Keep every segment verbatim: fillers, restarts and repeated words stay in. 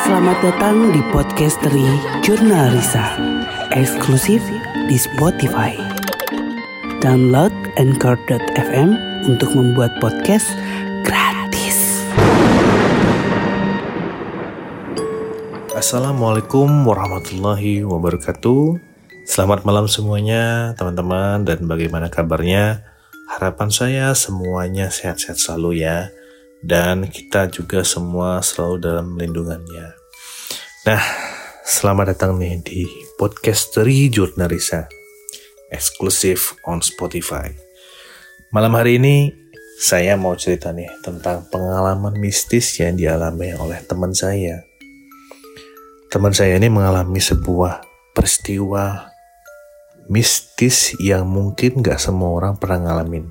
Selamat datang di Podcastery Jurnal Risa, eksklusif di Spotify. Download anchor dot f m untuk membuat podcast gratis. Assalamualaikum warahmatullahi wabarakatuh. Selamat malam semuanya teman-teman, dan bagaimana kabarnya? Harapan saya semuanya sehat-sehat selalu ya, dan kita juga semua selalu dalam lindungannya. Nah, selamat datang nih di Podcastery Jurnal Risa, eksklusif on Spotify. Malam hari ini saya mau cerita nih tentang pengalaman mistis yang dialami oleh teman saya. Teman saya ini mengalami sebuah peristiwa mistis yang mungkin gak semua orang pernah ngalamin.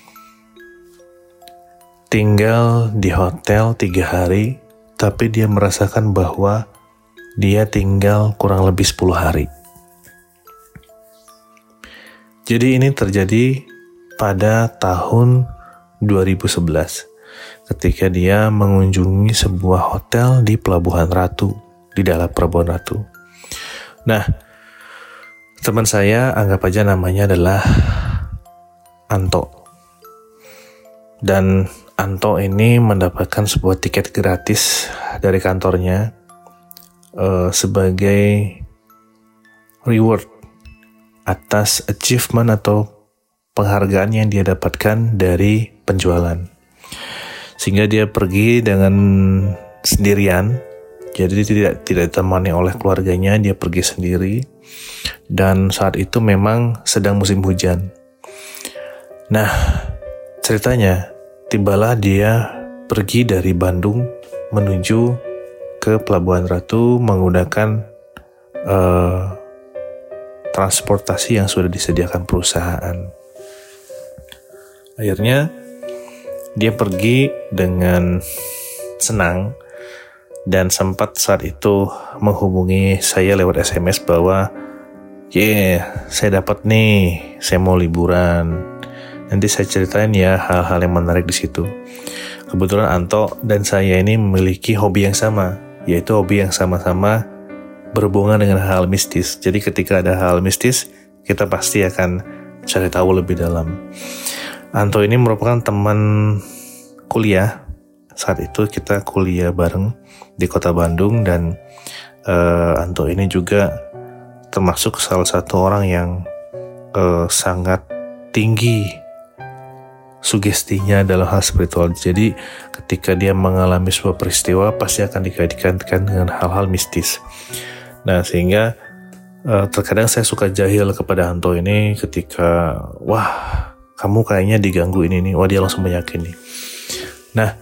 Tinggal di hotel tiga hari, tapi dia merasakan bahwa dia tinggal kurang lebih sepuluh hari. Jadi ini terjadi pada tahun dua ribu sebelas, ketika dia mengunjungi sebuah hotel di Pelabuhan Ratu, di dalam Pelabuhan Ratu. Nah, teman saya, anggap aja namanya adalah Anto. Dan Anto ini mendapatkan sebuah tiket gratis dari kantornya uh, sebagai reward atas achievement atau penghargaan yang dia dapatkan dari penjualan. Sehingga dia pergi dengan sendirian, jadi tidak tidak ditemani oleh keluarganya, dia pergi sendiri. Dan saat itu memang sedang musim hujan. Nah, ceritanya, tibalah dia pergi dari Bandung menuju ke Pelabuhan Ratu menggunakan uh, transportasi yang sudah disediakan perusahaan. Akhirnya dia pergi dengan senang dan sempat saat itu menghubungi saya lewat S M S bahwa yeah, saya dapat nih, saya mau liburan. Nanti saya ceritain ya hal-hal yang menarik di situ. Kebetulan Anto dan saya ini memiliki hobi yang sama, yaitu hobi yang sama-sama berhubungan dengan hal mistis. Jadi ketika ada hal mistis, kita pasti akan cari tahu lebih dalam. Anto ini merupakan teman kuliah. Saat itu kita kuliah bareng di kota Bandung, dan uh, Anto ini juga termasuk salah satu orang yang uh, sangat tinggi sugestinya dalam hal spiritual. Jadi ketika dia mengalami sebuah peristiwa, pasti akan dikaitkan dengan hal-hal mistis. Nah, sehingga uh, terkadang saya suka jahil kepada Anto ini ketika, wah, kamu kayaknya diganggu ini nih. Wah, dia langsung meyakini. Nah,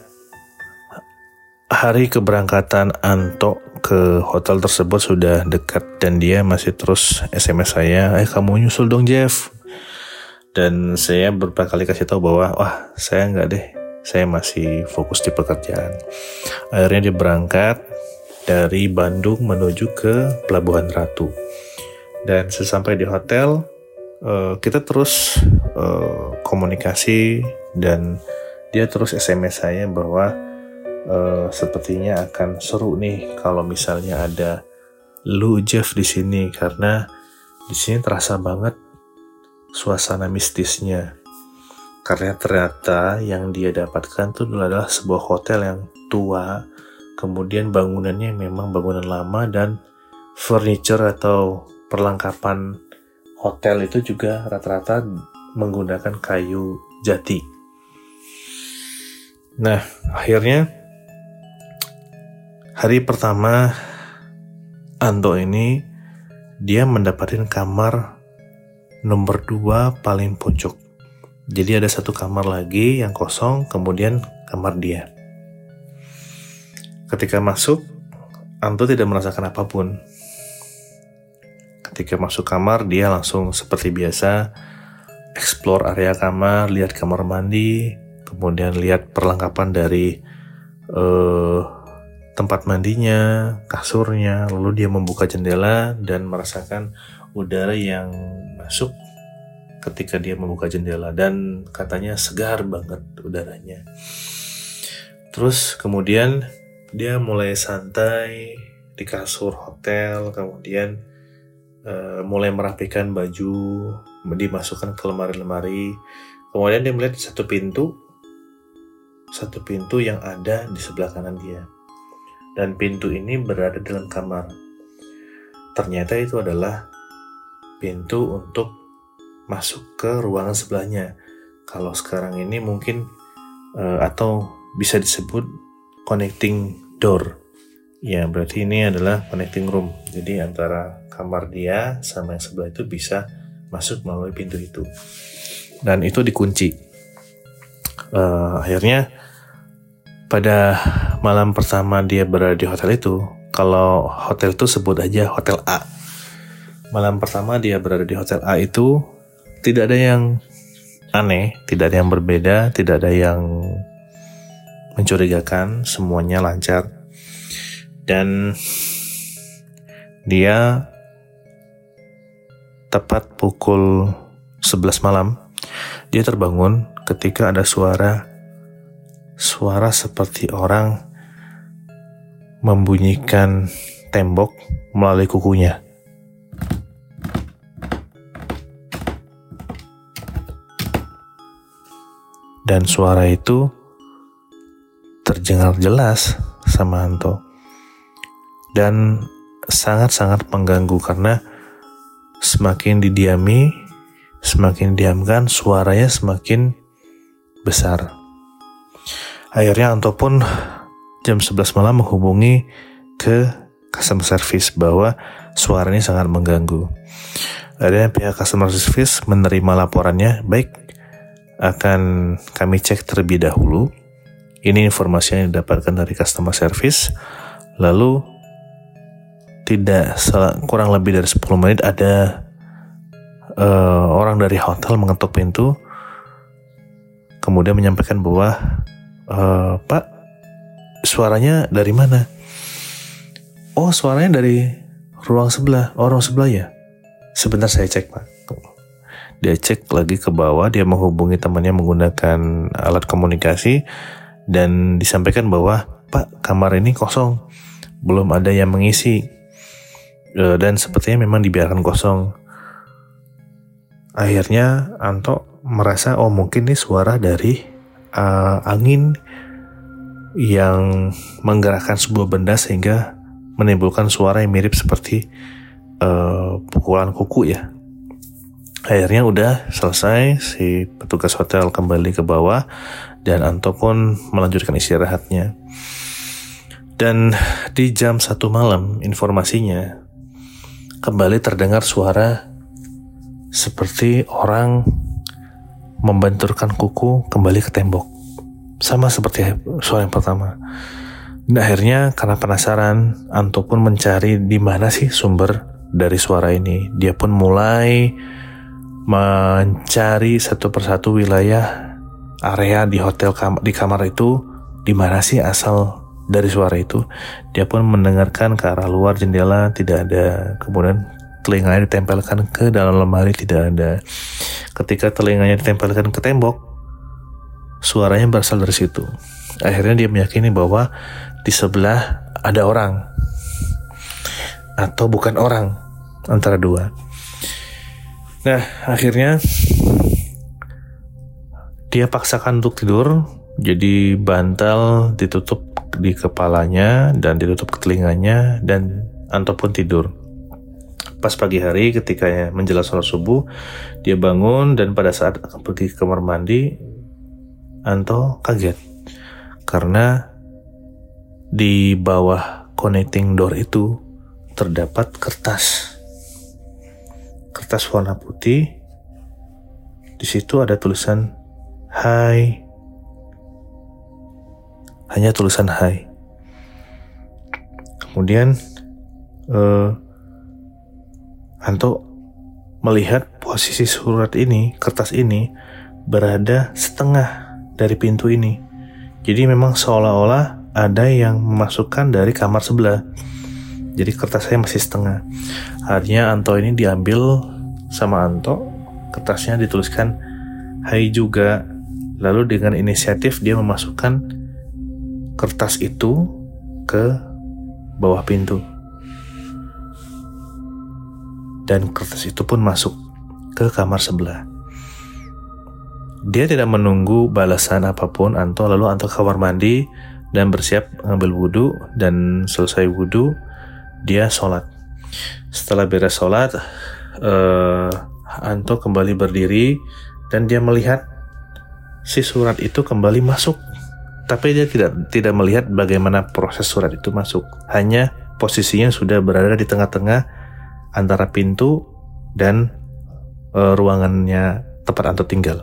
hari keberangkatan Anto ke hotel tersebut sudah dekat, dan dia masih terus S M S saya, eh kamu nyusul dong Jeff. Dan saya berkali-kali kasih tahu bahwa, wah, saya enggak deh, saya masih fokus di pekerjaan. Akhirnya dia berangkat dari Bandung menuju ke Pelabuhan Ratu. Dan sesampai di hotel, kita terus komunikasi, dan dia terus S M S saya bahwa Uh, sepertinya akan seru nih kalau misalnya ada lu Jeff di sini, karena di sini terasa banget suasana mistisnya. Karena ternyata yang dia dapatkan itu adalah sebuah hotel yang tua, kemudian bangunannya memang bangunan lama, dan furniture atau perlengkapan hotel itu juga rata-rata menggunakan kayu jati. Nah, akhirnya hari pertama Anto ini dia mendapatkan kamar nomor dua paling pojok. Jadi ada satu kamar lagi yang kosong, kemudian kamar dia. Ketika masuk, Anto tidak merasakan apapun. Ketika masuk kamar, dia langsung seperti biasa explore area kamar, lihat kamar mandi, kemudian lihat perlengkapan dari uh, tempat mandinya, kasurnya, lalu dia membuka jendela dan merasakan udara yang masuk ketika dia membuka jendela, dan katanya segar banget udaranya. Terus kemudian dia mulai santai di kasur hotel, kemudian uh, mulai merapikan baju, dimasukkan ke lemari-lemari. Kemudian dia melihat satu pintu, satu pintu yang ada di sebelah kanan dia. Dan pintu ini berada dalam kamar. Ternyata itu adalah pintu untuk masuk ke ruangan sebelahnya. Kalau sekarang ini mungkin uh, atau bisa disebut connecting door. Ya, berarti ini adalah connecting room. Jadi antara kamar dia sama yang sebelah itu bisa masuk melalui pintu itu. Dan itu dikunci. Uh, akhirnya pada malam pertama dia berada di hotel itu, kalau hotel itu sebut aja Hotel A. Malam pertama dia berada di Hotel A itu tidak ada yang aneh, tidak ada yang berbeda, tidak ada yang mencurigakan, semuanya lancar. Dan dia tepat pukul sebelas malam, dia terbangun ketika ada suara suara seperti orang membunyikan tembok melalui kukunya. Dan suara itu terdengar jelas sama Anto. Dan sangat-sangat mengganggu karena semakin didiami, semakin diamkan, suaranya semakin besar. Akhirnya Anto pun jam sebelas malam menghubungi ke customer service bahwa suaranya sangat mengganggu. Akhirnya pihak customer service menerima laporannya, baik, akan kami cek terlebih dahulu. Ini informasi yang didapatkan dari customer service. Lalu tidak kurang lebih dari sepuluh menit ada uh, orang dari hotel mengetuk pintu, kemudian menyampaikan bahwa uh, Pak, suaranya dari mana? Oh, suaranya dari ruang sebelah. Oh, ruang sebelah ya? Sebentar saya cek, Pak. Dia cek lagi ke bawah, dia menghubungi temannya menggunakan alat komunikasi dan disampaikan bahwa, Pak, kamar ini kosong, belum ada yang mengisi, e, dan sepertinya memang dibiarkan kosong. Akhirnya Anto merasa, oh mungkin ini suara dari uh, angin yang menggerakkan sebuah benda sehingga menimbulkan suara yang mirip seperti uh, pukulan kuku ya. Akhirnya udah selesai, si petugas hotel kembali ke bawah dan Anto pun melanjutkan istirahatnya. Dan di jam satu malam informasinya kembali terdengar suara seperti orang membenturkan kuku kembali ke tembok, sama seperti suara yang pertama. Dan akhirnya karena penasaran, Anto pun mencari di mana sih sumber dari suara ini. Dia pun mulai mencari satu persatu wilayah area di hotel kam- di kamar itu, di mana sih asal dari suara itu. Dia pun mendengarkan ke arah luar jendela, tidak ada. Kemudian telinganya ditempelkan ke dalam lemari, tidak ada. Ketika telinganya ditempelkan ke tembok, suaranya berasal dari situ. Akhirnya dia meyakini bahwa di sebelah ada orang atau bukan orang, antara dua. Nah, akhirnya dia paksakan untuk tidur. Jadi bantal ditutup di kepalanya dan ditutup ke telinganya, dan Anto pun tidur. Pas pagi hari ketika menjelang sholat subuh, dia bangun dan pada saat akan pergi ke kamar mandi, Anto kaget karena di bawah connecting door itu terdapat kertas. Kertas warna putih. Di situ ada tulisan hai. Hanya tulisan hai. Kemudian uh, Anto melihat posisi surat ini, kertas ini berada setengah dari pintu ini. Jadi memang seolah-olah ada yang memasukkan dari kamar sebelah. Jadi kertasnya masih setengah. Akhirnya Anto ini diambil sama Anto, kertasnya dituliskan hai juga. Lalu dengan inisiatif dia memasukkan kertas itu ke bawah pintu. Dan kertas itu pun masuk ke kamar sebelah. Dia tidak menunggu balasan apapun Anto, lalu Anto ke kamar mandi dan bersiap mengambil wudhu, dan selesai wudhu dia sholat. Setelah beres sholat, uh, Anto kembali berdiri dan dia melihat si surat itu kembali masuk. Tapi dia tidak tidak melihat bagaimana proses surat itu masuk. Hanya posisinya sudah berada di tengah-tengah antara pintu dan uh, ruangannya tempat Anto tinggal.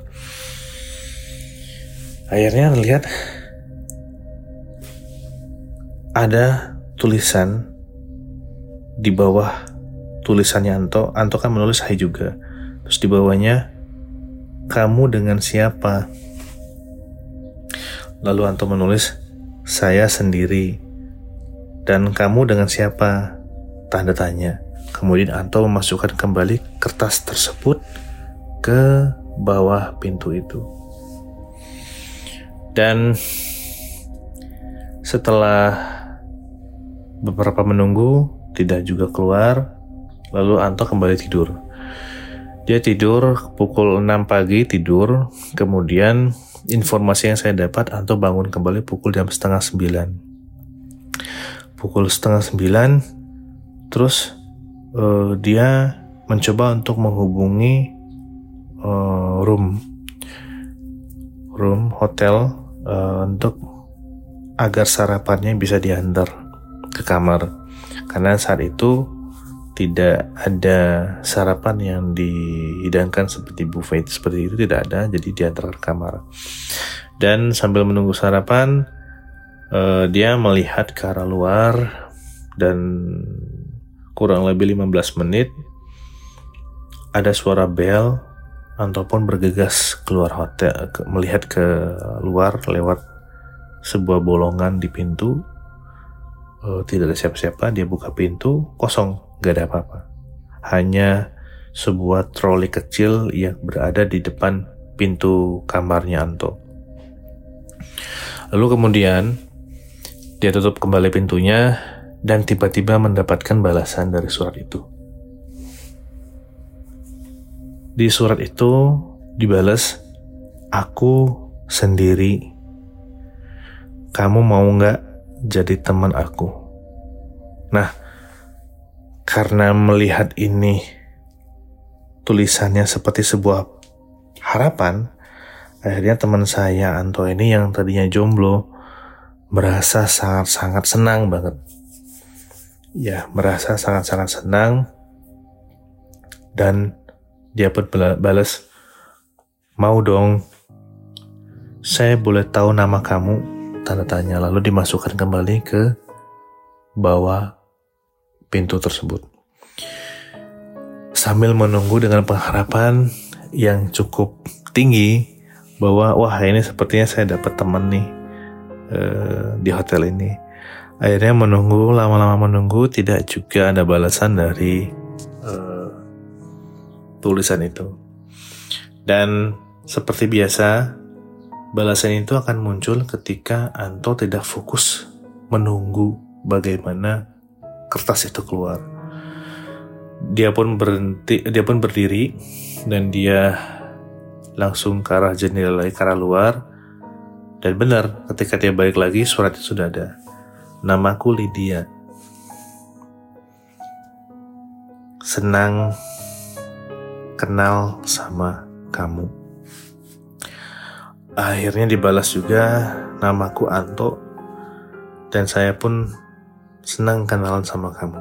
Akhirnya lihat ada tulisan di bawah tulisannya Anto. Anto kan menulis hai juga. Terus di bawahnya, kamu dengan siapa? Lalu Anto menulis, saya sendiri. Dan kamu dengan siapa? Tanda tanya. Kemudian Anto memasukkan kembali kertas tersebut ke bawah pintu itu. Dan setelah beberapa menunggu, tidak juga keluar, lalu Anto kembali tidur. Dia tidur pukul enam pagi, tidur. Kemudian informasi yang saya dapat, Anto bangun kembali pukul jam setengah sembilan. Pukul setengah sembilan, terus uh, dia mencoba untuk menghubungi uh, room, room hotel uh, untuk agar sarapannya bisa diantar ke kamar. Karena saat itu tidak ada sarapan yang dihidangkan seperti buffet seperti itu, tidak ada, jadi diantar ke kamar. Dan sambil menunggu sarapan, uh, dia melihat ke arah luar, dan kurang lebih lima belas menit ada suara bel. Anto pun bergegas keluar hotel, ke, melihat ke luar lewat sebuah bolongan di pintu. Uh, tidak ada siapa-siapa. Dia buka pintu, kosong, gak ada apa-apa. Hanya sebuah troli kecil yang berada di depan pintu kamarnya Anto. Lalu kemudian dia tutup kembali pintunya dan tiba-tiba mendapatkan balasan dari surat itu. Di surat itu dibalas, aku sendiri. Kamu mau gak jadi teman aku? Nah, karena melihat ini tulisannya seperti sebuah harapan, akhirnya teman saya Anto ini yang tadinya jomblo merasa sangat-sangat senang banget. Ya, merasa sangat-sangat senang, dan dia pun balas, mau dong, saya boleh tahu nama kamu? Tanda tanya. Lalu dimasukkan kembali ke bawah pintu tersebut. Sambil menunggu dengan pengharapan yang cukup tinggi bahwa wah ini sepertinya saya dapat teman nih uh, di hotel ini. Akhirnya menunggu, lama-lama menunggu, tidak juga ada balasan dari uh, tulisan itu. Dan seperti biasa, balasan itu akan muncul ketika Anto tidak fokus menunggu bagaimana kertas itu keluar. Dia pun berhenti, dia pun berdiri dan dia langsung ke arah jendela, ke arah luar. Dan benar, ketika dia balik lagi, surat itu sudah ada. Namaku Lydia. Senang kenal sama kamu. Akhirnya dibalas juga, namaku Anto, dan saya pun senang kenalan sama kamu.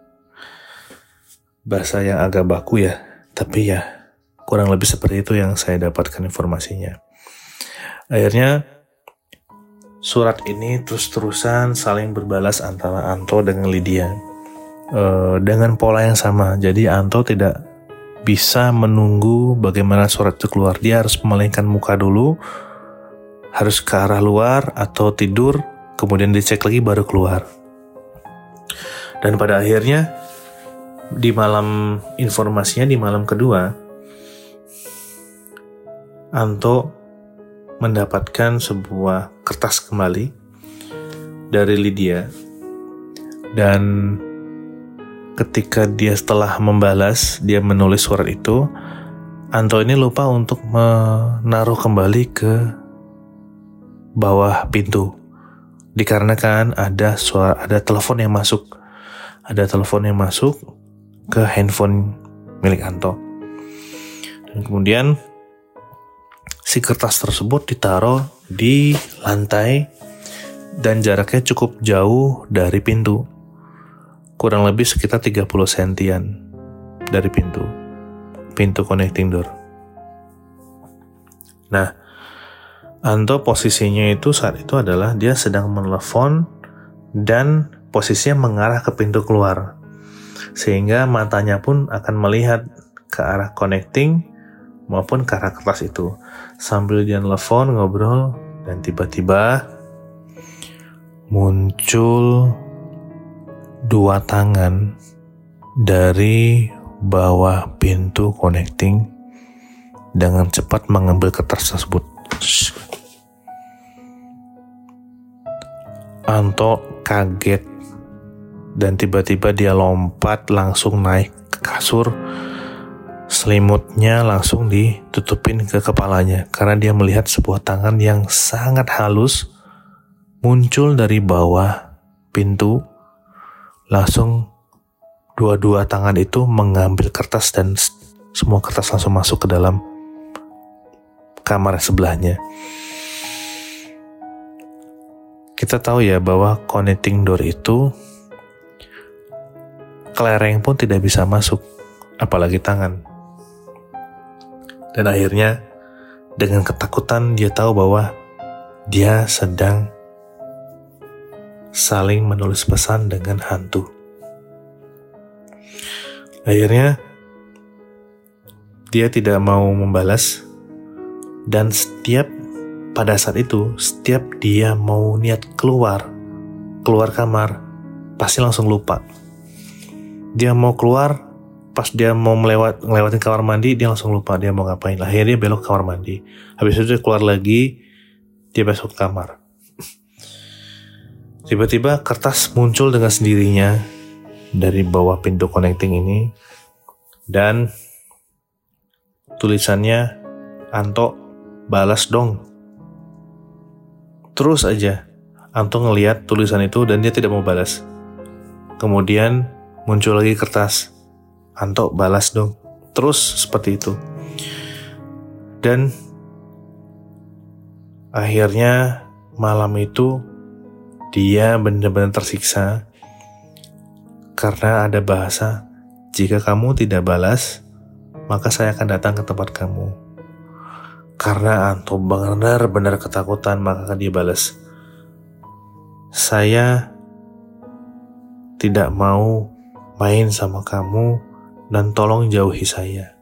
Bahasa yang agak baku ya, tapi ya kurang lebih seperti itu yang saya dapatkan informasinya. Akhirnya surat ini terus-terusan saling berbalas antara Anto dengan Lydia e, dengan pola yang sama. Jadi Anto tidak bisa menunggu bagaimana surat itu keluar. Dia harus memalingkan muka dulu, harus ke arah luar atau tidur, kemudian dicek lagi baru keluar. Dan pada akhirnya di malam informasinya, di malam kedua, Anto mendapatkan sebuah kertas kembali dari Lydia Dan ketika dia setelah membalas, dia menulis surat itu, Anto ini lupa untuk menaruh kembali ke bawah pintu. Dikarenakan ada suara, ada telepon yang masuk. Ada telepon yang masuk ke handphone milik Anto. Dan kemudian si kertas tersebut ditaruh di lantai dan jaraknya cukup jauh dari pintu. Kurang lebih sekitar tiga puluh sentian dari pintu. Pintu connecting door. Nah, Anto posisinya itu saat itu adalah dia sedang menelepon dan posisinya mengarah ke pintu keluar. Sehingga matanya pun akan melihat ke arah connecting maupun ke arah kertas itu. Sambil dia telepon, ngobrol, dan tiba-tiba muncul dua tangan dari bawah pintu connecting dengan cepat mengambil kertas tersebut. Anto kaget dan tiba-tiba dia lompat langsung naik ke kasur. Selimutnya langsung ditutupin ke kepalanya karena dia melihat sebuah tangan yang sangat halus muncul dari bawah pintu. Langsung dua-dua tangan itu mengambil kertas dan semua kertas langsung masuk ke dalam kamar sebelahnya. Kita tahu ya bahwa connecting door itu kelereng pun tidak bisa masuk, apalagi tangan. Dan akhirnya dengan ketakutan dia tahu bahwa dia sedang saling menulis pesan dengan hantu. Akhirnya dia tidak mau membalas, dan setiap pada saat itu setiap dia mau niat keluar keluar kamar pasti langsung lupa. Dia mau keluar, pas dia mau melewat ngelewatin kamar mandi dia langsung lupa dia mau ngapain. Akhirnya dia belok ke kamar mandi. Habis itu dia keluar lagi, dia masuk ke kamar. Tiba-tiba kertas muncul dengan sendirinya dari bawah pintu connecting ini, dan tulisannya, Anto balas dong. Terus aja Anto ngelihat tulisan itu dan dia tidak mau balas. Kemudian muncul lagi kertas, Anto balas dong. Terus seperti itu. Dan akhirnya malam itu dia benar-benar tersiksa karena ada bahasa, jika kamu tidak balas, maka saya akan datang ke tempat kamu. Karena Anto benar-benar ketakutan, maka dia balas, saya tidak mau main sama kamu dan tolong jauhi saya.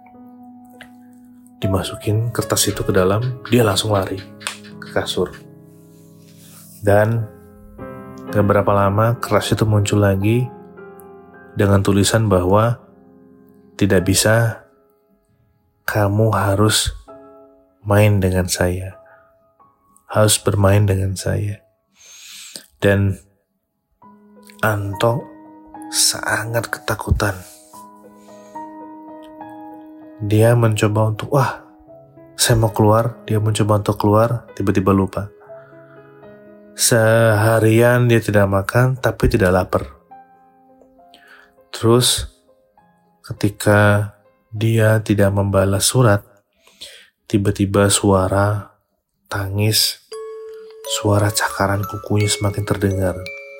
Dimasukin kertas itu ke dalam, dia langsung lari ke kasur. Dan gak berapa lama kertas itu muncul lagi dengan tulisan bahwa tidak bisa, kamu harus main dengan saya, harus bermain dengan saya. Dan Anto sangat ketakutan. Dia mencoba untuk, wah, saya mau keluar. Dia mencoba untuk keluar, tiba-tiba lupa. Seharian dia tidak makan, tapi tidak lapar. Terus ketika dia tidak membalas surat, tiba-tiba suara tangis, suara cakaran kukunya semakin terdengar.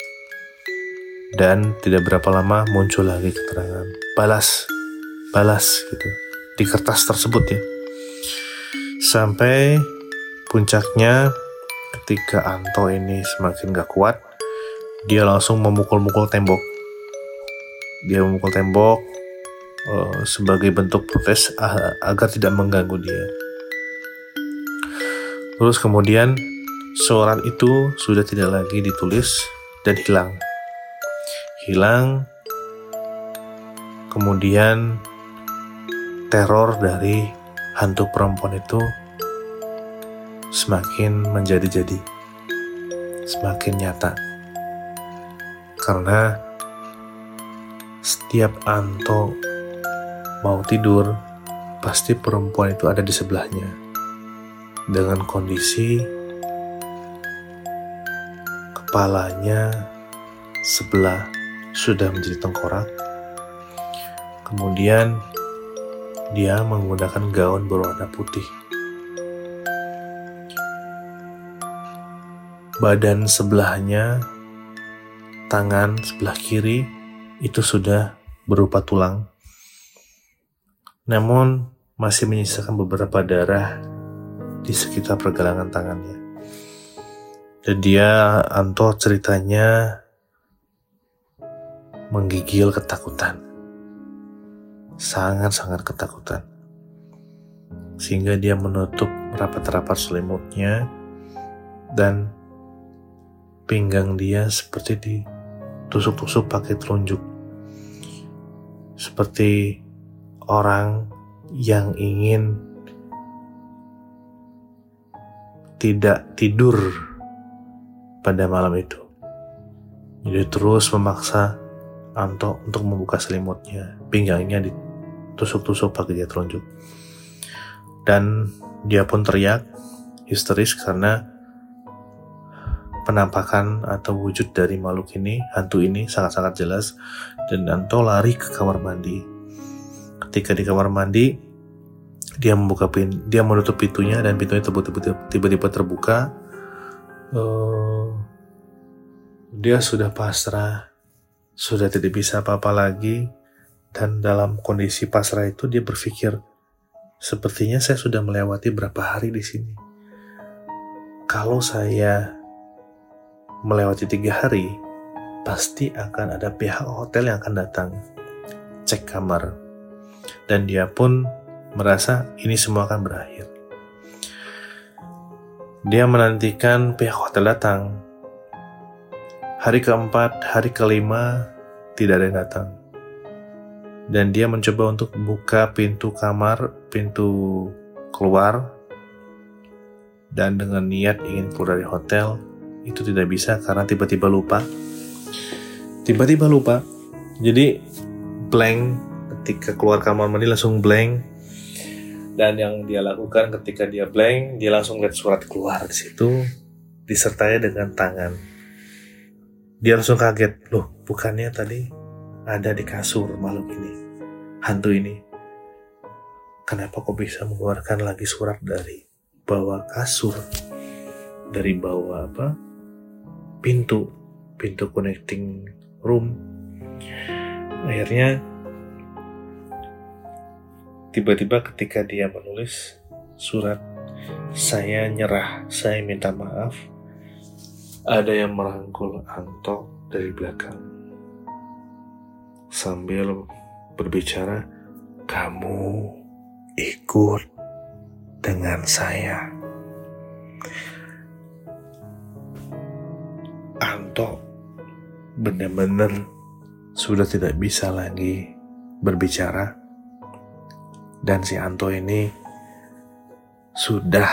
Dan tidak berapa lama muncul lagi keterangan, balas, balas gitu, di kertas tersebut ya. Sampai puncaknya ketika Anto ini semakin gak kuat, dia langsung memukul-mukul tembok. Dia memukul tembok uh, sebagai bentuk protes uh, agar tidak mengganggu dia. Terus kemudian surat itu sudah tidak lagi ditulis dan hilang. Hilang. Kemudian teror dari hantu perempuan itu semakin menjadi-jadi, semakin nyata. Karena setiap Anto mau tidur, pasti perempuan itu ada di sebelahnya. Dengan kondisi kepalanya sebelah sudah menjadi tengkorak. Kemudian dia menggunakan gaun berwarna putih. Badan sebelahnya, tangan sebelah kiri itu sudah berupa tulang, namun masih menyisakan beberapa darah di sekitar pergelangan tangannya. Dan dia, Anto ceritanya menggigil ketakutan, sangat-sangat ketakutan, sehingga dia menutup rapat-rapat selimutnya dan pinggang dia seperti ditusuk-tusuk pakai telunjuk, seperti orang yang ingin tidak tidur pada malam itu. Jadi terus memaksa Anto untuk membuka selimutnya, pinggangnya ditusuk-tusuk pakai dia telunjuk. Dan dia pun teriak histeris karena penampakan atau wujud dari makhluk ini, hantu ini sangat-sangat jelas. Dan Anto lari ke kamar mandi. Ketika di kamar mandi, dia membuka pin, dia menutup pintunya dan pintunya tiba-tiba terbuka. Uh, dia sudah pasrah, sudah tidak bisa apa-apa lagi. Dan dalam kondisi pasrah itu dia berpikir, sepertinya saya sudah melewati berapa hari di sini. Kalau saya melewati tiga hari, pasti akan ada pihak hotel yang akan datang cek kamar. Dan dia pun merasa ini semua akan berakhir. Dia menantikan pihak hotel datang. Hari keempat, hari kelima, tidak ada yang datang. Dan dia mencoba untuk buka pintu kamar, pintu keluar, dan dengan niat ingin keluar dari hotel, itu tidak bisa karena tiba-tiba lupa. Tiba-tiba lupa. Jadi blank, ketika keluar kamar mandi langsung blank. Dan yang dia lakukan ketika dia blank, dia langsung lihat surat keluar di situ, disertai dengan tangan. Dia langsung kaget, loh bukannya tadi ada di kasur makhluk ini, hantu ini. Kenapa kok bisa mengeluarkan lagi surat dari bawah kasur, dari bawah apa? Pintu, pintu connecting room. Akhirnya tiba-tiba ketika dia menulis surat, saya nyerah, saya minta maaf, ada yang merangkul Anto dari belakang sambil berbicara, kamu ikut dengan saya. Anto benar-benar sudah tidak bisa lagi berbicara, dan si Anto ini sudah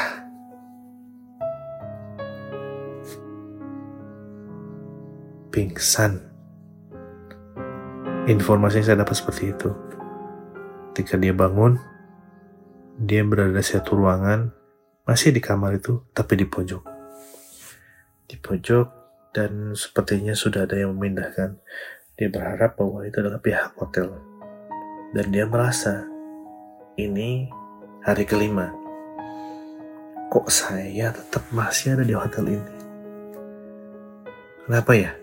pingsan. Informasi yang saya dapat seperti itu. Ketika dia bangun, dia berada di satu ruangan, masih di kamar itu, tapi di pojok. Di pojok, dan sepertinya sudah ada yang memindahkan. Dia berharap bahwa itu adalah pihak hotel. Dan dia merasa, ini hari kelima. Kok saya tetap masih ada di hotel ini? Kenapa ya?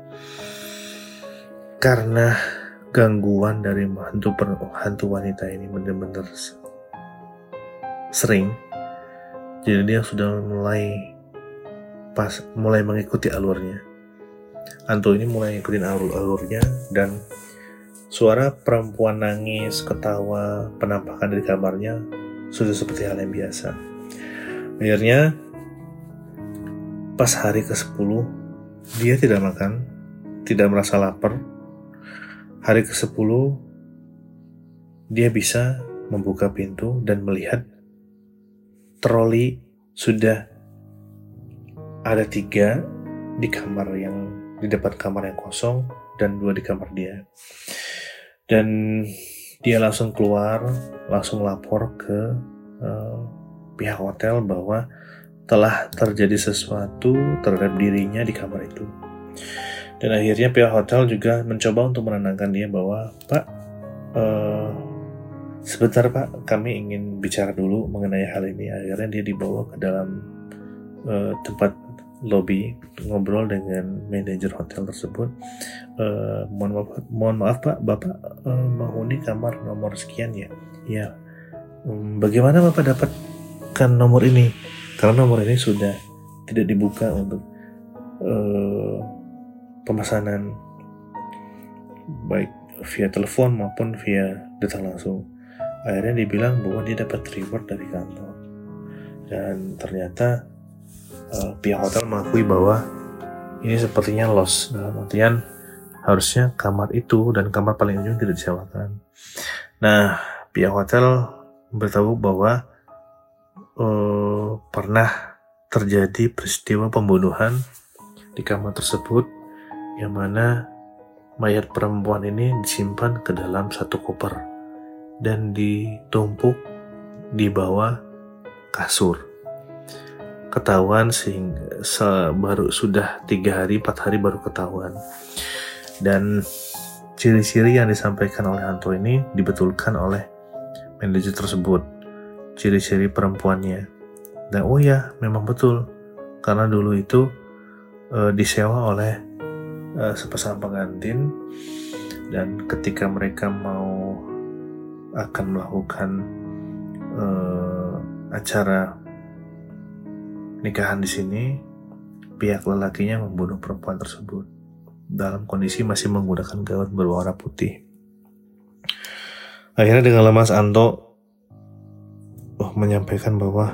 Karena gangguan dari hantu, hantu wanita ini benar-benar sering. Jadi dia sudah mulai pas mulai mengikuti alurnya. Hantu ini mulai ngikutin alur-alurnya, dan suara perempuan nangis, ketawa, penampakan dari kamarnya sudah seperti hal yang biasa. Akhirnya pas hari kesepuluh dia tidak makan, tidak merasa lapar. Hari kesepuluh dia bisa membuka pintu dan melihat troli sudah ada tiga di kamar yang di depan kamar yang kosong dan dua di kamar dia. Dan dia langsung keluar, langsung lapor ke uh, pihak hotel bahwa telah terjadi sesuatu terhadap dirinya di kamar itu. Dan akhirnya pihak hotel juga mencoba untuk menenangkan dia bahwa, Pak, uh, sebentar Pak, kami ingin bicara dulu mengenai hal ini. Akhirnya dia dibawa ke dalam uh, tempat lobby, ngobrol dengan manajer hotel tersebut. Uh, mohon maaf, mohon maaf Pak, Bapak uh, menghuni kamar nomor sekian ya? Ya. Um, bagaimana Bapak dapatkan nomor ini? Karena nomor ini sudah tidak dibuka untuk uh, pemesanan baik via telepon maupun via datang langsung. Akhirnya dibilang bahwa dia dapat reward dari kantor. Dan ternyata uh, pihak hotel mengakui bahwa ini sepertinya loss. Dalam artian harusnya kamar itu dan kamar paling ujung tidak disewakan. Nah, pihak hotel beritahu bahwa uh, pernah terjadi peristiwa pembunuhan di kamar tersebut, yang mana mayat perempuan ini disimpan ke dalam satu koper dan ditumpuk di bawah kasur. Ketahuan sehingga baru sudah tiga hari, empat hari baru ketahuan. Dan ciri-ciri yang disampaikan oleh Anto ini dibetulkan oleh manajer tersebut. Ciri-ciri perempuannya. Dan oh ya, memang betul. Karena dulu itu e, disewa oleh e, sepasang pengantin. Dan ketika mereka mau akan melakukan e, acara nikahan di sini, pihak lelakinya membunuh perempuan tersebut dalam kondisi masih menggunakan gaun berwarna putih. Akhirnya dengan lemas Anto oh, menyampaikan bahwa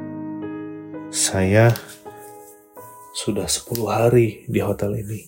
saya sudah sepuluh hari di hotel ini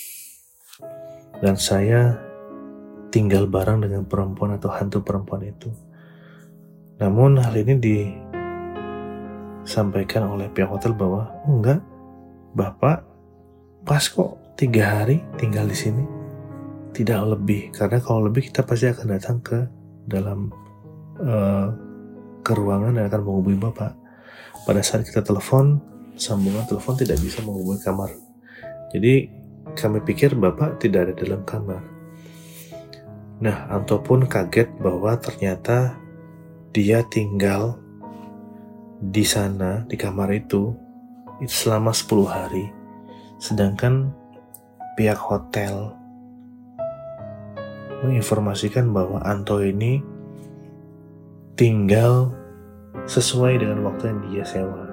dan saya tinggal bareng dengan perempuan atau hantu perempuan itu. Namun hal ini disampaikan oleh pihak hotel bahwa enggak, Bapak pas kok tiga hari tinggal di sini, tidak lebih. Karena kalau lebih kita pasti akan datang ke dalam uh, ke ruangan dan akan menghubungi Bapak. Pada saat kita telepon, sambungan telepon tidak bisa menghubungi kamar. Jadi kami pikir Bapak tidak ada dalam kamar. Nah, Anto pun kaget bahwa ternyata dia tinggal di sana, di kamar itu, itu selama sepuluh hari. Sedangkan pihak hotel menginformasikan bahwa Anto ini tinggal sesuai dengan waktu yang dia sewa.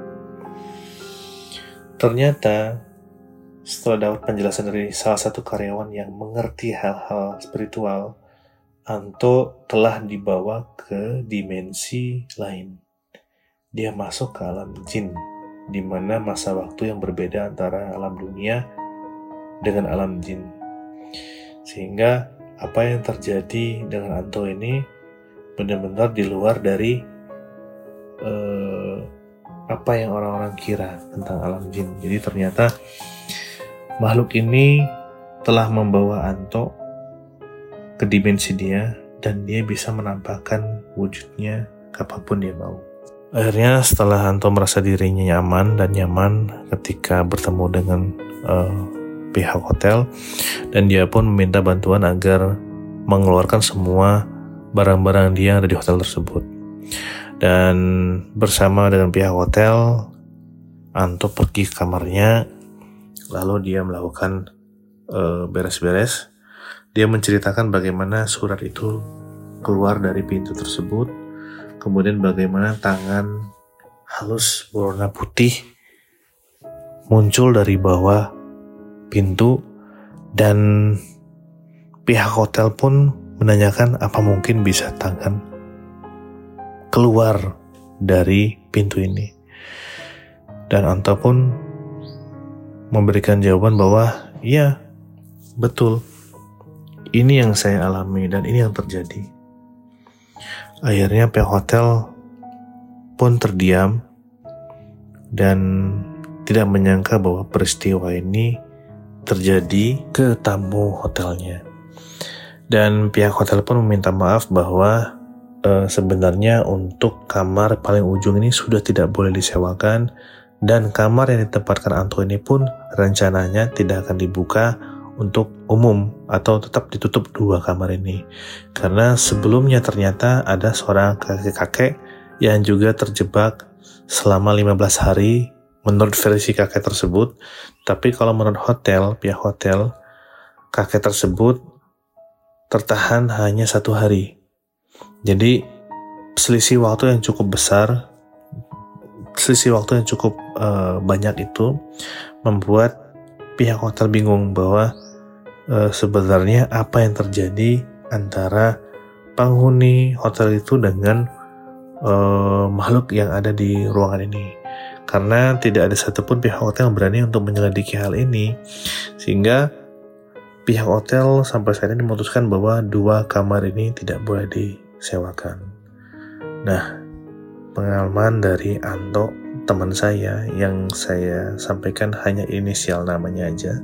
Ternyata setelah dapat penjelasan dari salah satu karyawan yang mengerti hal-hal spiritual, Anto telah dibawa ke dimensi lain. Dia masuk ke alam jin, di mana masa waktu yang berbeda antara alam dunia dengan alam jin. Sehingga apa yang terjadi dengan Anto ini benar-benar di luar dari uh, apa yang orang-orang kira tentang alam jin. Jadi ternyata makhluk ini telah membawa Anto ke dimensi dia dan dia bisa menampakkan wujudnya kapanpun dia mau. Akhirnya setelah Anto merasa dirinya nyaman dan nyaman ketika bertemu dengan uh, pihak hotel, dan dia pun meminta bantuan agar mengeluarkan semua barang-barang dia yang ada di hotel tersebut. Dan bersama dengan pihak hotel, Anto pergi ke kamarnya, lalu dia melakukan uh, beres-beres. Dia menceritakan bagaimana surat itu keluar dari pintu tersebut, kemudian bagaimana tangan halus berwarna putih muncul dari bawah pintu, dan pihak hotel pun menanyakan apa mungkin bisa tangan keluar dari pintu ini. Dan Anto pun memberikan jawaban bahwa iya, betul, ini yang saya alami dan ini yang terjadi. Akhirnya pihak hotel pun terdiam dan tidak menyangka bahwa peristiwa ini terjadi ke tamu hotelnya. Dan pihak hotel pun meminta maaf bahwa e, sebenarnya untuk kamar paling ujung ini sudah tidak boleh disewakan, dan kamar yang ditempatkan Anto ini pun rencananya tidak akan dibuka untuk umum atau tetap ditutup dua kamar ini. Karena sebelumnya ternyata ada seorang kakek-kakek yang juga terjebak selama lima belas hari menurut versi kakek tersebut. Tapi kalau menurut hotel, pihak hotel, kakek tersebut tertahan hanya satu hari. Jadi selisih waktu yang cukup besar, selisih waktu yang cukup uh, banyak itu membuat pihak hotel bingung bahwa uh, sebenarnya apa yang terjadi antara penghuni hotel itu dengan uh, makhluk yang ada di ruangan ini. Karena tidak ada satupun pihak hotel yang berani untuk menyelidiki hal ini, sehingga pihak hotel sampai saat ini memutuskan bahwa dua kamar ini tidak boleh disewakan. Nah, pengalaman dari Anto, teman saya, yang saya sampaikan hanya inisial namanya aja,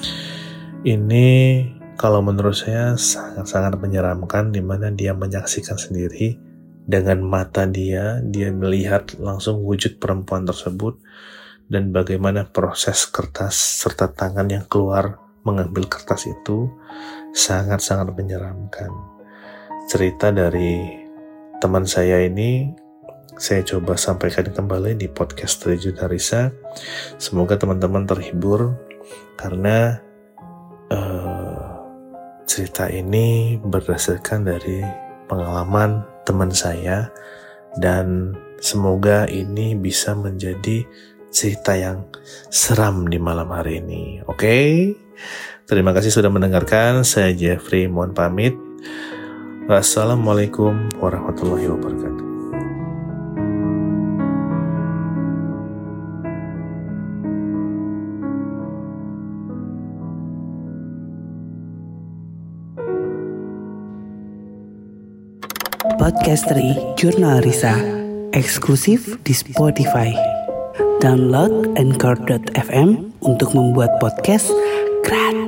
ini kalau menurut saya sangat-sangat menyeramkan, di mana dia menyaksikan sendiri dengan mata dia, dia melihat langsung wujud perempuan tersebut dan bagaimana proses kertas serta tangan yang keluar mengambil kertas itu sangat-sangat menyeramkan. Cerita dari teman saya ini saya coba sampaikan kembali di podcast dari Jurnalisa. Semoga teman-teman terhibur karena uh, cerita ini berdasarkan dari pengalaman teman saya, dan semoga ini bisa menjadi cerita yang seram di malam hari ini. Oke, okay? Terima kasih sudah mendengarkan. Saya Jeffrey, mohon pamit. Wassalamualaikum warahmatullahi wabarakatuh. Podcast dari Jurnalisa, eksklusif di Spotify. Download anchor dot f m untuk membuat podcast gratis.